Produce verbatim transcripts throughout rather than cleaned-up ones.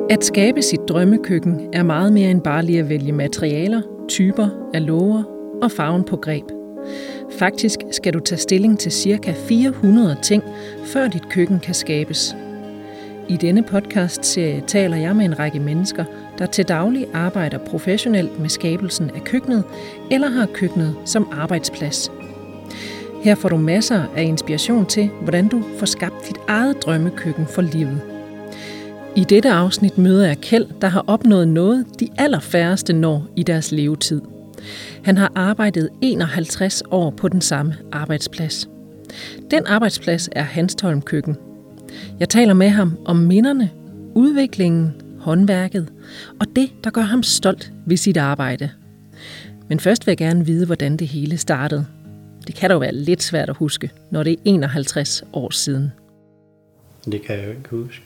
At skabe sit drømmekøkken er meget mere end bare lige at vælge materialer, typer af låger og farven på greb. Faktisk skal du tage stilling til ca. fire hundrede ting, før dit køkken kan skabes. I denne podcast-serie taler jeg med en række mennesker, der til daglig arbejder professionelt med skabelsen af køkkenet eller har køkkenet som arbejdsplads. Her får du masser af inspiration til, hvordan du får skabt dit eget drømmekøkken for livet. I dette afsnit møder jeg Kjeld, der har opnået noget, de allerfærreste når i deres levetid. Han har arbejdet enoghalvtreds år på den samme arbejdsplads. Den arbejdsplads er Hanstholm Køkken. Jeg taler med ham om minderne, udviklingen, håndværket og det, der gør ham stolt ved sit arbejde. Men først vil jeg gerne vide, hvordan det hele startede. Det kan dog være lidt svært at huske, når det er enoghalvtreds år siden. Det kan jeg jo ikke huske.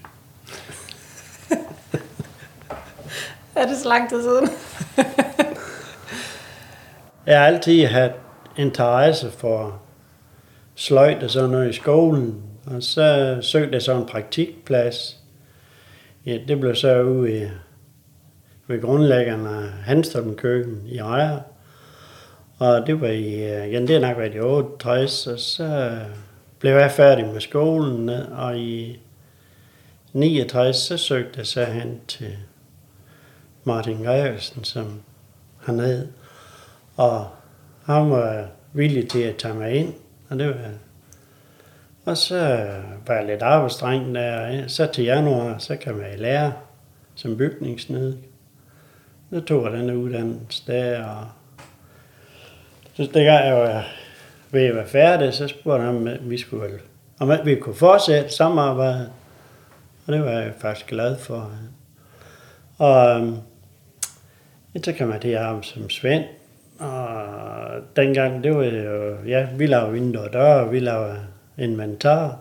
Er det så lang tid siden? Jeg har altid haft interesse for sløjt og sådan noget i skolen, og så søgte jeg så en praktikplads. Ja, det blev så ude i, ved grundlæggerne af Hanstholm Køkken i Ejer. Og det var i, ja, det har nok været i otteogtres, og så blev jeg færdig med skolen, og i niogtres, så søgte jeg så hen til Martin Gregersen, som han hed, og han var villig til at tage mig ind, og det var, og så var jeg lidt arbejdsdreng der, så til januar, så kan man lære som bygningssnedker. Så tog jeg denne uddannelse der, og så det gang jeg var ved at være færdig, så spurgte han, om vi skulle, om vi kunne fortsætte samarbejdet, og det var jeg faktisk glad for. Og så kan man til at arbejde som Svend, og dengang, det var jo, ja, vi lavede vinduer og døre, vi lavede inventar,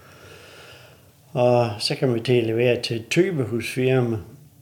og så kan man til at levere til et typehusfirma,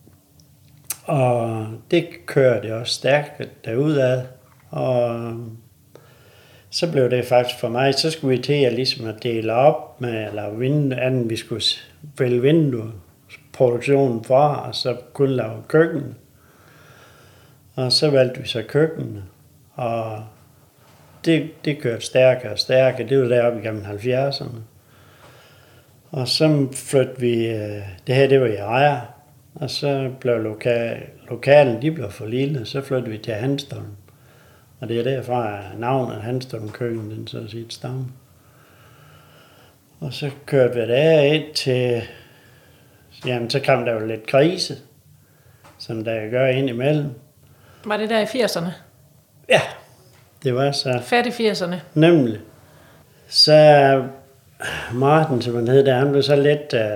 og det kørte også stærkt derudad, og så blev det faktisk for mig, så skulle vi til at, ligesom at dele op med at lave vinduer, anden vi skulle vælge vinduer, produktionen fra, og så kun lave køkken. Og så valgte vi så køkkenet, og det, det kørte stærkere og stærkere. Det var deroppe igennem halvfjerdserne. Og så flyttede vi, det her det var i Ejer, og så blev lokal, lokalen, de blev for lille, så flyttede vi til Hanstholm. Og det er derfra navnet Hanstholm Køkken, den så sit stamme. Og så kørte vi der ind til, jamen så kom der jo lidt krise, som der gør ind imellem. Var det der i firserne? Ja, det var så. Færdig firserne? Nemlig. Så Martin, som han hed der, han blev så lidt, uh,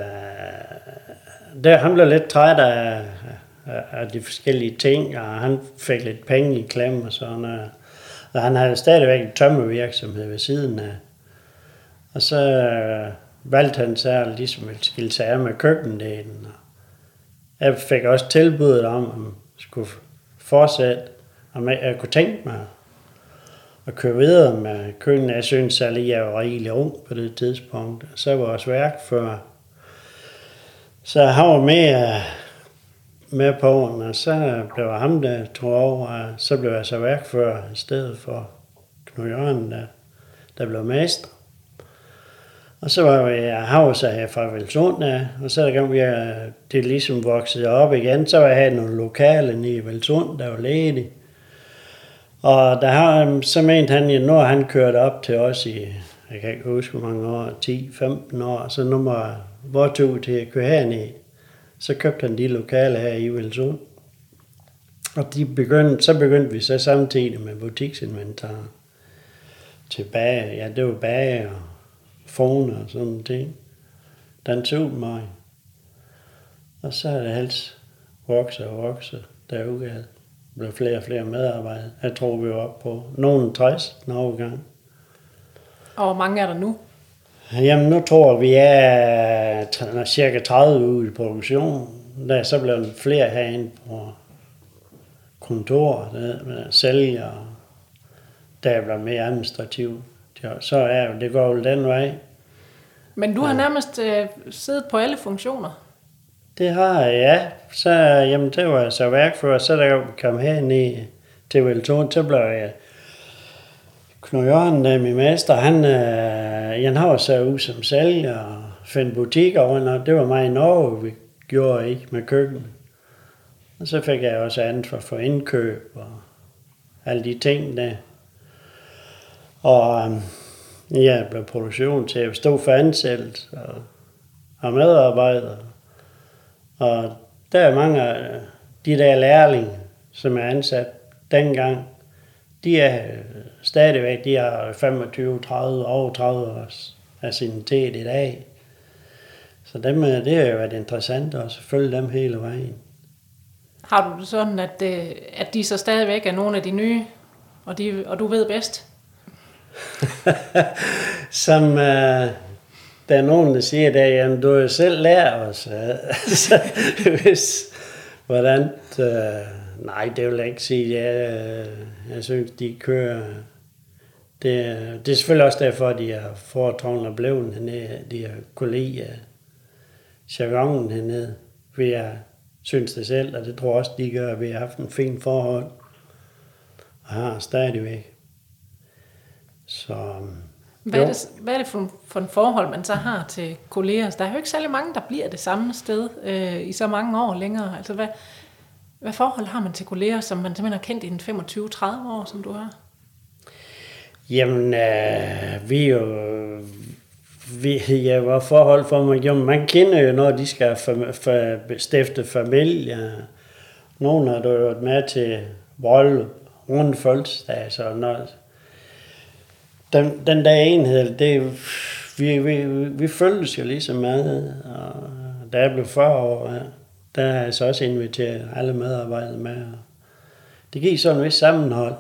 der, han blev lidt træt af, af, af de forskellige ting, og han fik lidt penge i klem og sådan noget. Og han havde stadigvæk en tømmervirksomhed ved siden af. Og så uh, valgte han så ligesom at skille sig af med køkkendelen. Jeg fik også tilbuddet om, at man skulle fortsætte, og jeg kunne tænke mig at køre videre med køkken. Jeg synes at jeg var rigtig ung på det tidspunkt. Så var vores værk for. Så han var med, med på, og så blev ham der tog over, og så blev jeg så værkfører i stedet for Knud Jørgen, der, der blev mester. Og så var jeg havser her fra Velsund af, og så da vi det ligesom voksede op igen, så var jeg her nogle lokale i Velsund, der var ledige. Og der har, så mente han, når han kørte op til os i, jeg kan ikke huske hvor mange år, ti femten år, så nu var vores tur til at køre herned. Så købte han de lokale her i Velsund. Og de begyndte, så begyndte vi så samtidig med butiksinventar tilbage. Ja, det var bage og forne og sådan nogle ting. Den tog mig. Og så er det helst vokset og vokset derude. Der blev flere og flere medarbejdere. Jeg tror, vi var oppe på nogen tres en overgang. Og hvor mange er der nu? Jamen, nu tror jeg, vi er cirka tredive ude i produktion. Der så blev der flere herinde på kontor, der med sælger. Der blev mere administrativt. Så er det går jo den vej. Men du har nærmest øh, siddet på alle funktioner? Det har jeg, ja. Så, jamen, det var så værkfører, så da jeg kom herned til Velton, så blev jeg Knud Jørgen, der min mester, han, øh, han har så ud som sælger og fandt butikker rundt, det var mig i Norge, vi gjorde ikke med køkken. Og så fik jeg også ansvar for indkøb og alle de ting der. Og øh, jeg blev produktion til at stå for ansættelse og, og medarbejdere. Og der er mange af de der lærlinge, som er ansat dengang, de er stadigvæk, de har femogtyve, tredive, over tredive års anciennitet i dag. Så dem, det har jo været interessant at følge dem hele vejen. Har du det sådan, at, at de så stadigvæk er nogle af de nye, og, de, og du ved bedst? Som uh, der er nogen, der siger, at jamen, du har jo selv lært os, altså, hvis, hvordan, uh, nej, det vil jeg ikke sige, jeg, jeg synes, de kører, det, det er selvfølgelig også derfor, at de har foretrækket og blevet hernede, de har kunne lide jargonen hernede, vi har synes det selv, og det tror jeg også, de gør, at vi har haft en fin forhold, og har stadigvæk. Så, hvad, er det, hvad er det for, for en forhold, man så har til kolleger? Der er jo ikke særlig mange, der bliver det samme sted øh, i så mange år længere. Altså, hvad, hvad forhold har man til kolleger, som man simpelthen har kendt i femogtyve til tredive år, som du har? Jamen, øh, vi er jo... Vi, ja, vores forhold for mig, jo, man kender jo, når de skal for, for stifte familie. Nogle har jo været med til vold, rundt fødselsdag, så noget. Den, den der enhed, det, vi, vi, vi følges jo ligesom med, og da jeg blev fyrre år, der har jeg så også inviteret alle medarbejdere med. Det giver sådan en vis sammenhold.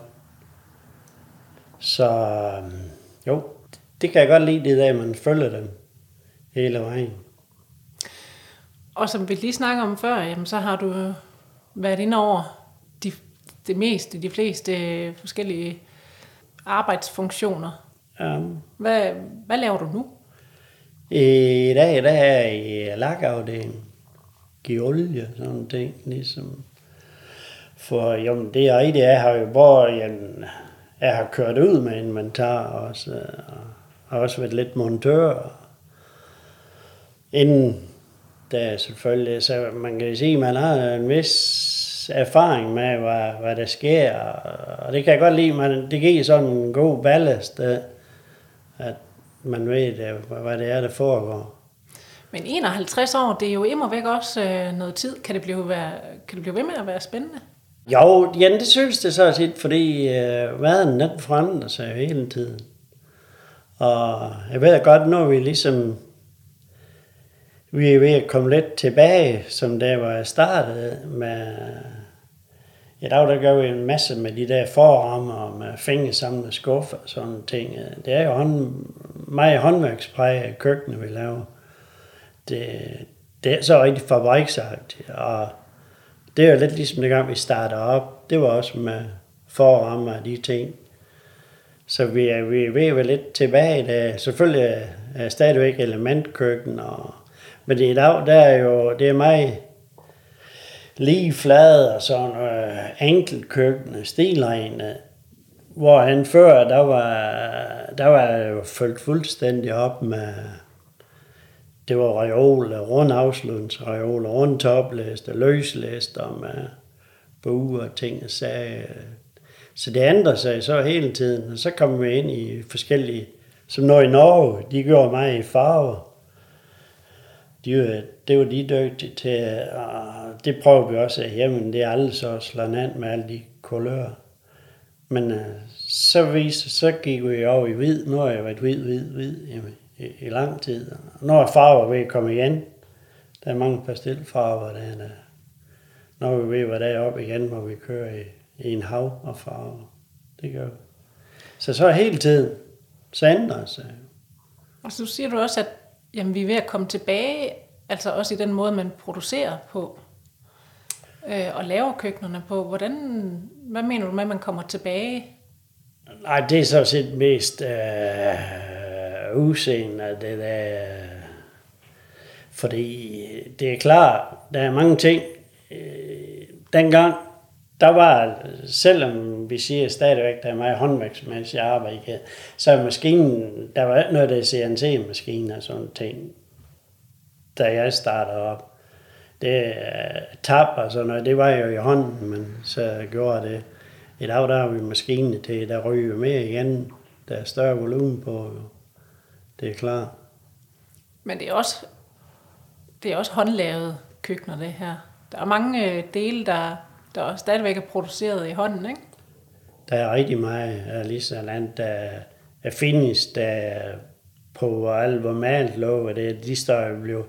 Så jo, det kan jeg godt lide, det der, man følger dem hele vejen. Og som vi lige snakker om før, jamen, så har du været inde over de, det meste, de fleste forskellige arbejdsfunktioner. Ja. Hvad, hvad laver du nu? I dag der er jeg i lakafdelingen. Giver olie, sådan nogle ting, ligesom. For jo, det er rigtigt, jeg har jo bare, jeg, jeg har kørt ud med inventar også, og har også været lidt montør. Inden der selvfølgelig, så man kan sige, at man har en vis erfaring med, hvad, hvad der sker, og det kan jeg godt lide, man, det giver sådan en god ballast, at man ved, hvad det er, der foregår. Men enoghalvtreds år, det er jo immer væk også øh, noget tid. Kan det, blive være, kan det blive ved med at være spændende? Jo, ja, det synes det så tit, fordi øh, verden den forandrer sig hele tiden. Og jeg ved godt, når vi ligesom, vi er ved at komme lidt tilbage, som der var startet med, i dag der gør vi en masse med de der forrammer og med fingersamlede skuffer og sådan ting. Det er jo hånd, meget håndværkspræget i køkkenet, vi laver. Det, det er så rigtig fabriksagtigt, og det er jo lidt ligesom det gang, vi starter op. Det var også med forrammer og de ting. Så vi er, vi er ved at være lidt tilbage. Der selvfølgelig er stadigvæk elementkøkken, og, men i dag, der er jo, det er meget lige flade og sådan øh, enkeltkøkken, stilrene, hvor han før, der var, der var jo følt fuldstændig op med, det var reoler, rund afslutningsreoler, rund toplæster, løslæster med buer og ting og sager. Så det ændrer sig så hele tiden, og så kommer vi ind i forskellige, som når i Norge, de gør mig i farver. De, det var de dygtige til, og det prøver vi også af hjemme, det er aldrig så slået an med alle de kulører. Men så, viser, så gik vi over i hvid, nu har jeg været hvid, hvid, hvid i, i, i lang tid. Når er farver ved at komme igen, der er mange pastelfarver, der er der. Når vi ved, hvad der er op igen, hvor vi kører i, i en hav og farver. Det gør vi. Så så hele tiden, så ændrer sig. Og så siger du også, at jamen, vi er ved at komme tilbage, altså også i den måde, man producerer på, øh, og laver køkkenerne på. Hvordan, hvad mener du med, at man kommer tilbage? Nej, det er så set mest øh, udseende af det der. Fordi det er klart, der er mange ting. Dengang, der var, selvom vi siger stadigvæk, der er meget håndværksmæssigt arbejde, så er maskinen, der var ikke noget, der er C N C-maskiner og sådan ting, da jeg startede op. Det tab og sådan noget, det var jo i hånden, men så gjorde det. I dag, der har vi maskiner til, der ryger mere igen. Der er større volumen på, det er klart. Men det er også, det er også håndlavede køkkener, det her. Der er mange dele, der, der stadigvæk er produceret i hånden, ikke? Der er rigtig meget af Lisaland, der er finish, der er på alvormalt lov, det de står jo blevet.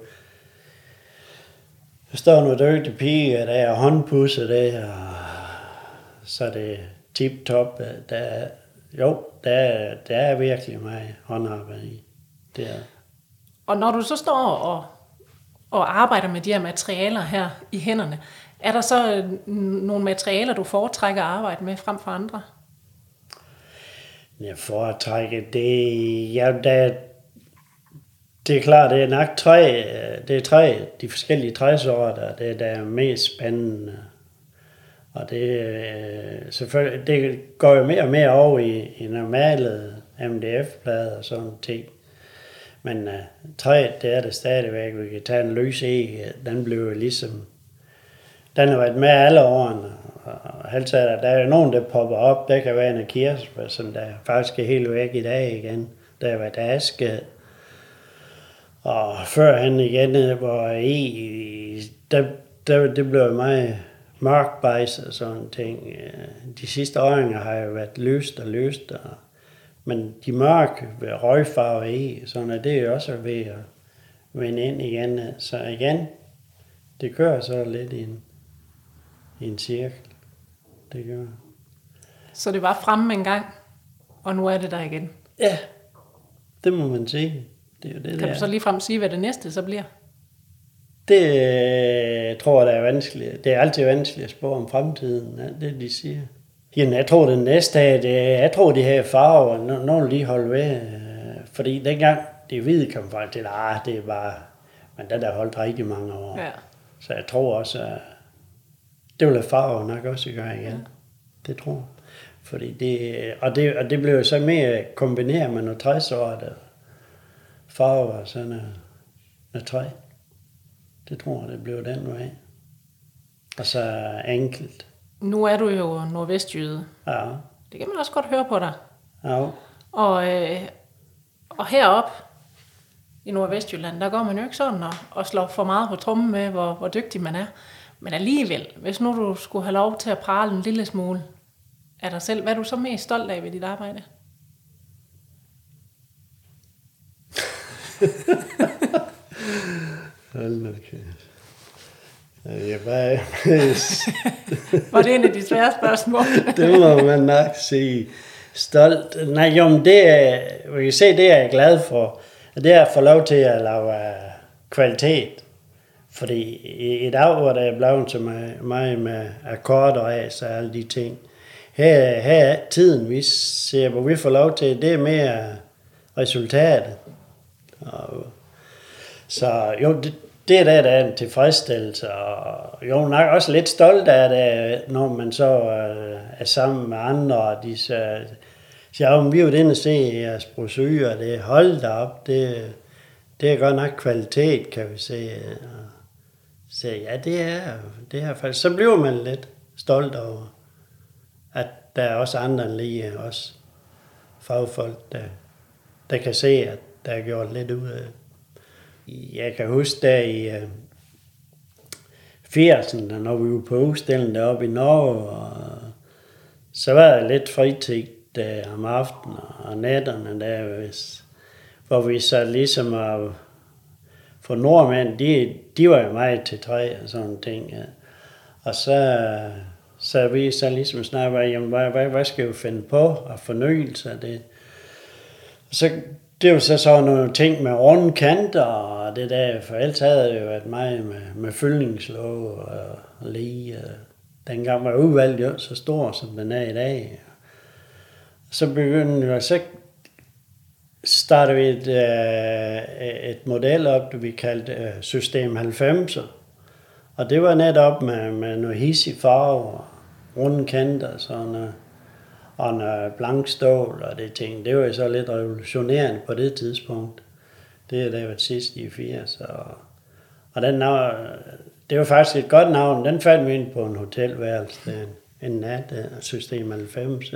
Der står nogle dygtige piger, der er håndpudser, der og så er det tip-top. Der er, jo, der er, der er virkelig meget håndarbejde i det er. Og når du så står og, og arbejder med de her materialer her i hænderne, er der så nogle materialer, du foretrækker at arbejde med frem for andre? Jeg foretrækker det, ja, der, det er klart, det er nok træ, det er træ, de forskellige træsorter, det der er mest spændende. Og det, selvfølgelig, det går jo mere og mere over i, i normale M D F-plader og sådan ting. Men uh, træet, det er det stadigvæk. Vi kan tage en løs eg, den blev ligesom, den har været med alle årene. Og halvtaget, der er jo nogen, der popper op, der kan være en kirsebær, som der faktisk er helt væk i dag igen. Der har været aske. Og førhen igen, hvor eg, der, der, det blev meget mørkbejs og sådan ting. De sidste åringer har jo været løst og løst, og, men de mørke røgfarve i, sådan at det er jo også ved at vende ind igen. Så igen, det kører så lidt i en, i en cirkel. Det gør. Så det var fremme en gang, og nu er det der igen? Ja, det må man sige. Det er jo det, kan der. Du så ligefrem sige, hvad det næste så bliver? Det øh, tror jeg, det er vanskeligt. Det er altid vanskeligt at spå om fremtiden, ja, det de siger. Jamen, jeg tror, det næste er, det, jeg tror, de her farver, nogle lige holder ved. Øh, fordi dengang det hvide kom fra til, ah, det er bare, men det der holdt rigtig mange år. Ja. Så jeg tror også, at det vil farver nok også gøre igen. Ja. Det tror jeg. Fordi det, og, det, og det blev så mere kombineret med nogle træsorter farver, sådan noget, noget træ. Det tror jeg, det blev den vej. Og så enkelt. Nu er du jo nordvestjyde. Ja. Det kan man også godt høre på dig. Ja. Og, øh, og heroppe i Nordvestjylland, der går man jo ikke sådan og, og slår for meget på trommen med, hvor, hvor dygtig man er. Men alligevel, hvis nu du skulle have lov til at prale en lille smule af dig selv, hvad er du så mest stolt af ved dit arbejde? Hold nu kæft. Jeg bare... Var det en af de svære spørgsmål? Det må man nok sige. Stolt. Nej, jo, men det er, vi kan se, det er jeg glad for. Det er at få lov til at lave kvalitet. Fordi i, i dag, hvor der er blevet så meget med akkorder og as og alle de ting, her, her er tiden, vi ser, hvor vi får lov til, det er mere resultatet. Og, så jo, det, det er der, der er en tilfredsstillelse, og jo nok også lidt stolt af det, når man så øh, er sammen med andre, og de så, siger, om vi er jo den at se jeres brosyrer, det hold da op, det, det er godt nok kvalitet, kan vi se. Så ja, det er, det er faktisk, så bliver man lidt stolt over, at der er også andre end lige også fagfolk, der, der kan se, at der er gjort lidt ud af. Jeg kan huske der i uh, firserne, når vi var på udstilling deroppe i Norge, og så var der lidt fritid der om aftenen og nætterne der, hvis, hvor vi så ligesom at for nordmænd, de, de var jo meget til træ og sådan ting. Ja. Og så, så vi så ligesom snakkede, jamen, hvad, hvad, hvad skal vi finde på at fornyelse af det? Og så det var så sådan nogle ting med runde kanter og det der, for ellers havde det jo været meget med, med fyldningslåg og lige. Og dengang var udvalget jo så stor, som den er i dag. Så begyndte jeg, så startede vi et, øh, et model op, det vi kaldte øh, System halvfemser. Og det var netop med, med noget hissig farve, runde kanter og sådan noget, og noget blank stål og det ting. Det var jo så lidt revolutionerende på det tidspunkt. Det er lavet sidst i firs. Og, og den navn, det var faktisk et godt navn. Den fandt vi ind på en hotelværelse en, en nat, System halvfems.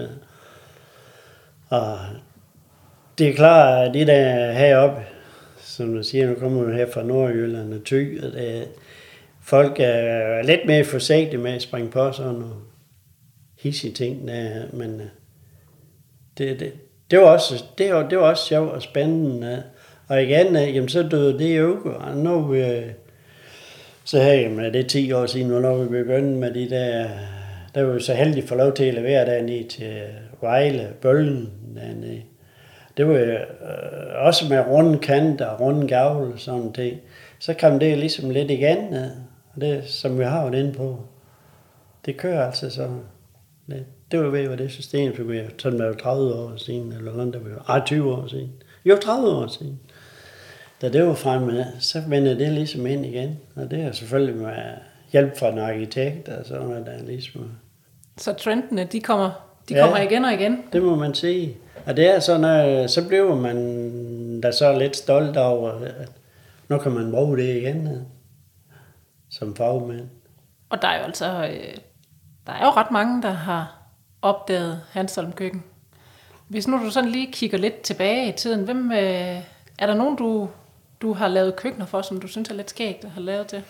Og det er klart, at de der heroppe, som du siger, nu kommer vi her fra Nordjylland og Thy, og det, folk er lidt mere forsigtige med at springe på sådan nogle hissige ting, der, men det, det, det, var også, det, var, det var også sjovt og spændende. Og igen, jamen, så døde det jo, og nu vi, så her, jamen, det er ti år siden, når vi begyndte med de der, der var vi så heldige at få lov til at levere dernede til Vejle, Bølgen dernede. Det var øh, også med runde kanter og runde gavle og sådan ting. Så kom det ligesom lidt igen, og det, som vi har været inde på. Det kører altså så. Det, det var ved, hvad det system, så vi sådan var tredive år siden, eller noget, der var ah, tyve år siden. Jo, tredive år siden. Da det var fremme, så vendte det ligesom ind igen. Og det er selvfølgelig med hjælp fra en arkitekt og sådan noget, der ligesom. Så trendene, de kommer, de kommer ja, igen og igen? Det må man sige. Og det er sådan, at så bliver man da så lidt stolt over, at nu kan man bruge det igen som fagmand. Og der er jo altså, der er jo ret mange, der har opdaget Hanstholm Køkken. Hvis nu du sådan lige kigger lidt tilbage i tiden, hvem, er der nogen, du, du har lavet køkkener for, som du synes er lidt skægt at have lavet det?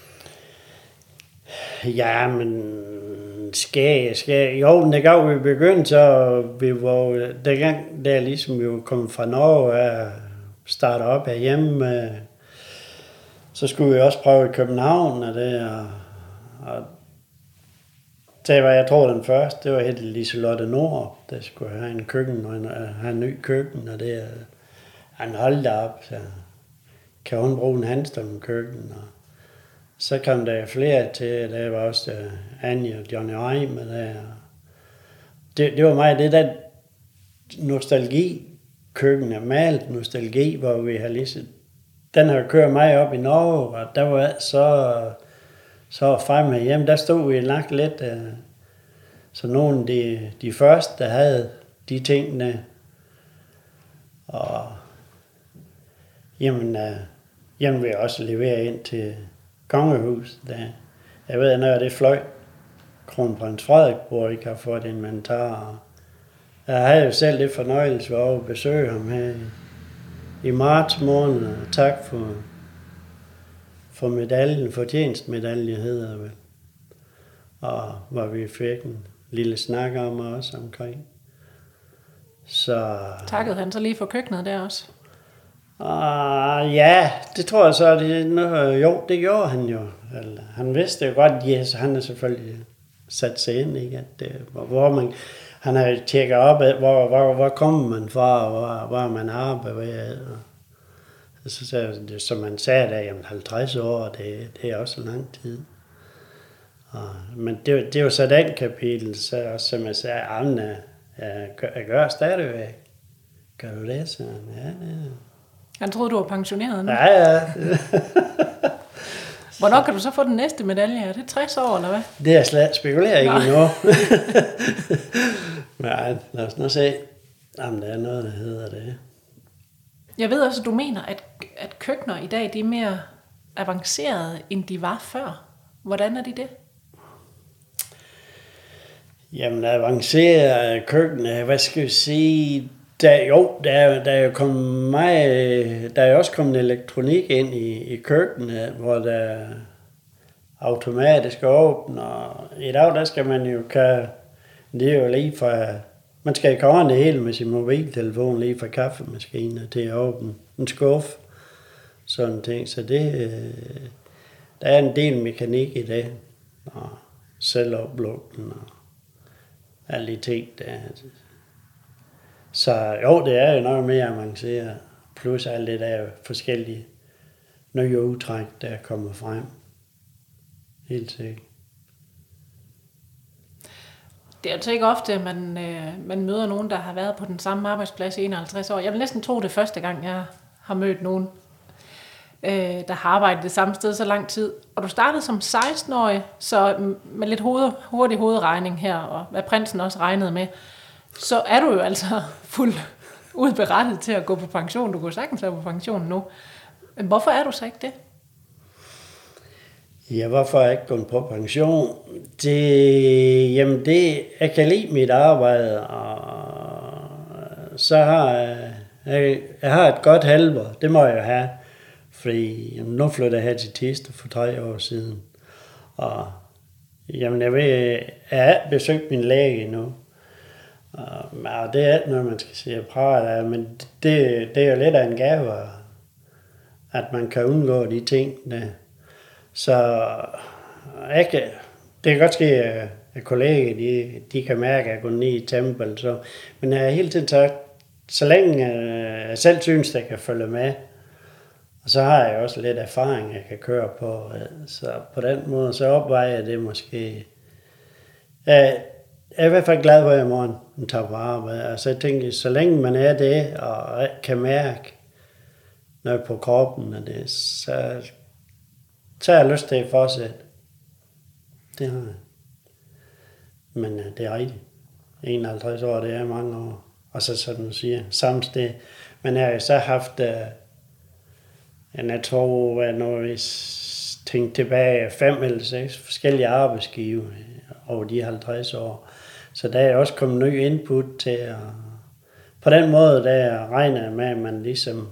Ja, men skæg, skæg. Jo, det gav vi begyndte, så vi var, dengang der ligesom vi var kommet fra Norge og startede op herhjemme, så skulle vi også prøve i København, og det, og, og det var, jeg tror, den første, det var helt Liselotte Nord, der skulle have en køkken, og en, have en ny køkken, og det, han holdt op, så kan hun bruge en Hanstholm Køkken, og så kom der flere til, der var også uh, Anja og Johnny Reim, og der. Det, det var mig, det der nostalgi, køkken er malet nostalgi, hvor vi har lige, den har kørt mig op i Norge, og der var så, så frem herhjemme, der stod vi lagt lidt, uh, så nogle af de, de første, der havde de tingene, og jamen, uh, jamen vil jeg også levere ind til Kongehus. Der. Jeg ved, når det fløj, Kronprins Frederik, hvor ikke har fået inventar. Jeg havde jo selv lidt fornøjelse ved at besøge ham her i marts måned, og tak for, for medaljen, fortjenstmedalje hedder det vel. Og hvor vi fik en lille snak om også omkring. Så takkede han så lige for køkkenet der også? Uh, ja, det tror jeg så, det, no, jo, det gjorde han jo. Han vidste jo godt, at yes, han er selvfølgelig sat sig ind, ikke? At det, hvor man, han har tjekket op, hvor, hvor, hvor kommer man fra, og hvor, hvor man arbejder ved. Og så, så, det, som man sagde der, jamen halvtreds år, det, det er også lang tid. Og, men det, det er jo så den kapitel, så også, som jeg sagde, Anne, jeg, gør, jeg gør stadigvæk. Gør du det, så? Ja, det han troede, du var pensioneret nu. Ja, ja. Hvornår kan du så få den næste medalje? Er det tres år, eller hvad? Det er jeg slet spekulerer ikke endnu. Men lad os nu se, om der er noget, der hedder det. Jeg ved også, at du mener, at, at køkkener i dag, de er mere avancerede, end de var før. Hvordan er de det? Jamen, avancerede køkkener, hvad skal vi sige? Der, jo, der er, der er jo kommet meget, der er også kommet elektronik ind i, i køkkenet, hvor der er automatisk åbent, og i dag, der skal man jo kan, det er jo lige fra, man skal ikke ordne det hele med sin mobiltelefon, lige fra kaffemaskiner til at åbne en skuffe, sådan ting, så det, der er en del mekanik i det, og selvoplukken, og alle de ting, der så jo, det er jo noget mere avanceret, plus alt det der forskellige nye udtræk, der kommer frem. Helt sikkert. Det er altså ikke ofte, man, øh, man møder nogen, der har været på den samme arbejdsplads i enoghalvtreds år. Jeg vil næsten tro, det første gang, jeg har mødt nogen, øh, der har arbejdet det samme sted så lang tid. Og du startede som seksten-årig, så med lidt hoved, hurtig hovedregning her, og hvad prinsen også regnede med, så er du jo altså fuldt udberettet til at gå på pension. Du kunne sagtens være på pension nu. Men hvorfor er du så ikke det? Ja, hvorfor er jeg ikke gået på pension? Det, jamen det, jeg kan lide mit arbejde, og så har jeg, jeg, jeg har et godt helbred. Det må jeg jo have, fordi jamen, nu flytter jeg her til Thisted for tre år siden. Og jamen, jeg, ved, jeg har besøgt min læge nu. Og det er alt noget, man skal sige fra, men det, det er jo lidt af en gave, at man kan undgå de ting der. Så jeg kan, det kan godt ske, at kolleger de, de kan mærke, at jeg går ned i tempel. Så, men jeg har hele tiden sagt, så længe jeg selv synes, at jeg kan følge med, og så har jeg også lidt erfaring, jeg kan køre på. Så på den måde, så opvejer jeg det måske. Jeg er i hvert fald glad for, at jeg i morgen tager på arbejde. Altså jeg tænker, så længe man er det, og kan mærke noget på kroppen af det, så Så har jeg lyst til at fortsætte. Det har jeg. Men det er rigtigt. enoghalvtreds år, det er mange år. Og så sådan du siger, samme sted. Men jeg har jo så haft, uh, jeg tror, at når vi tænkte tilbage, fem eller seks forskellige arbejdsgiver over de halvtreds år. Så der er også kommet ny input til at, på den måde, der regner jeg med, at man ligesom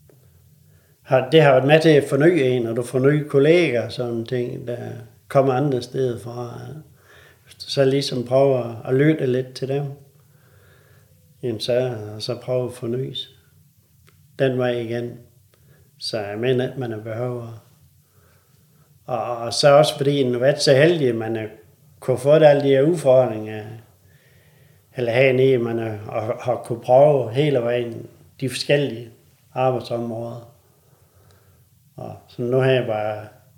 har, det har været med til at forny en, og du får nye kolleger og sådan ting, der kommer andre steder fra. Så ligesom prøver at lytte lidt til dem, jamen så, så prøver at fornyes den vej igen. Så jeg mener, at man er behøver. Og, og så også fordi en været så heldig, at man kunne få alle de her udfordringer, eller have en, man har, har kunne prøve hele vejen de forskellige arbejdsområder. Og så nu har jeg bare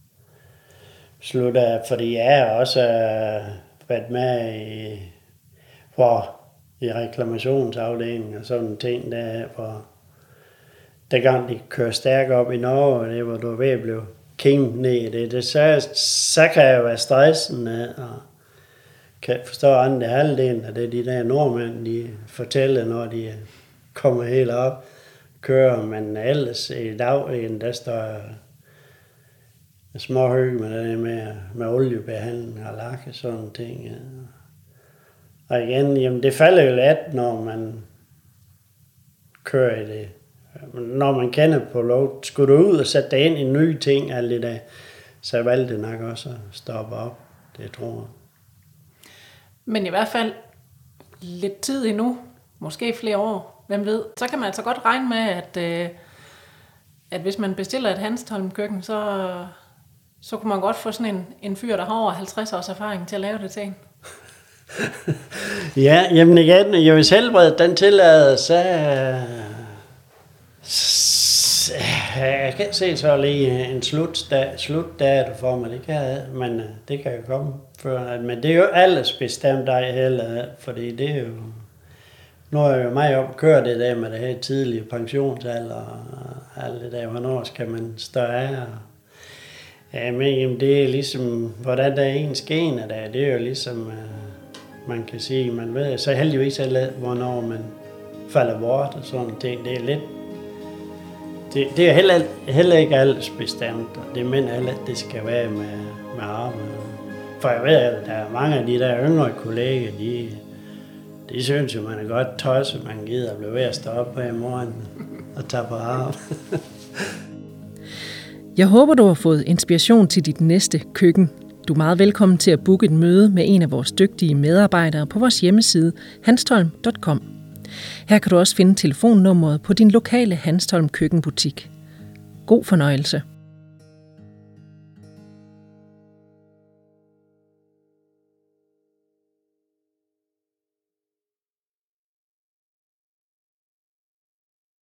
sluttet, fordi jeg har også været med i, for, i reklamationsafdelingen og sådan ting, der hvor der gang de kører stærkt op i Norge, det hvor du er ved at blive king ned i det, det så, så kan jeg være stressende, og kan forstå andre halvdelen af det, de der nordmænd, de fortæller, når de kommer helt op, kører, men ellers i dag, der står små høje med det med, med oliebehandling og lak og sådan ting. Ja. Og igen, jamen det falder jo let, når man kører i det. Når man kender på lov, skulle du ud og sætte dig ind i nye ting, alt det der, så valgte det nok også at stoppe op, det tror jeg. Men i hvert fald lidt tid endnu, måske flere år, hvem ved, så kan man altså godt regne med, at, øh, at hvis man bestiller et Hanstholm køkken, så, så kunne man godt få sådan en, en fyr, der har over halvtreds års erfaring til at lave det til en. Ja, jamen igen, jeg vil helbrede den tillader, så, så jeg kan se så lige en slutdag, slutdag for mig, det kan jeg, men det kan jo komme før, men det er jo alles bestemt dig heller, fordi det er jo, nu er jeg jo meget op at køre det der med det her tidlige pensionsalder og alt det der, hvornår skal man stå af. Ja, men det er ligesom, hvordan der er ens gener der, det er jo ligesom, man kan sige, man ved, så heldigvis er hvornår man falder bort og sådan ting, det er lidt, det, det er heller, heller ikke alles bestemt, og det mener heller, at det skal være med, med arbejde. For jeg ved, at der er mange af de der yngre kolleger, de De synes jo, man er godt tosset, man gider at blive ved at stå op på i morgen og tage på arbejde. Jeg håber, du har fået inspiration til dit næste køkken. Du er meget velkommen til at booke et møde med en af vores dygtige medarbejdere på vores hjemmeside hanstholm punktum com. Her kan du også finde telefonnummeret på din lokale Hanstholm køkkenbutik. God fornøjelse.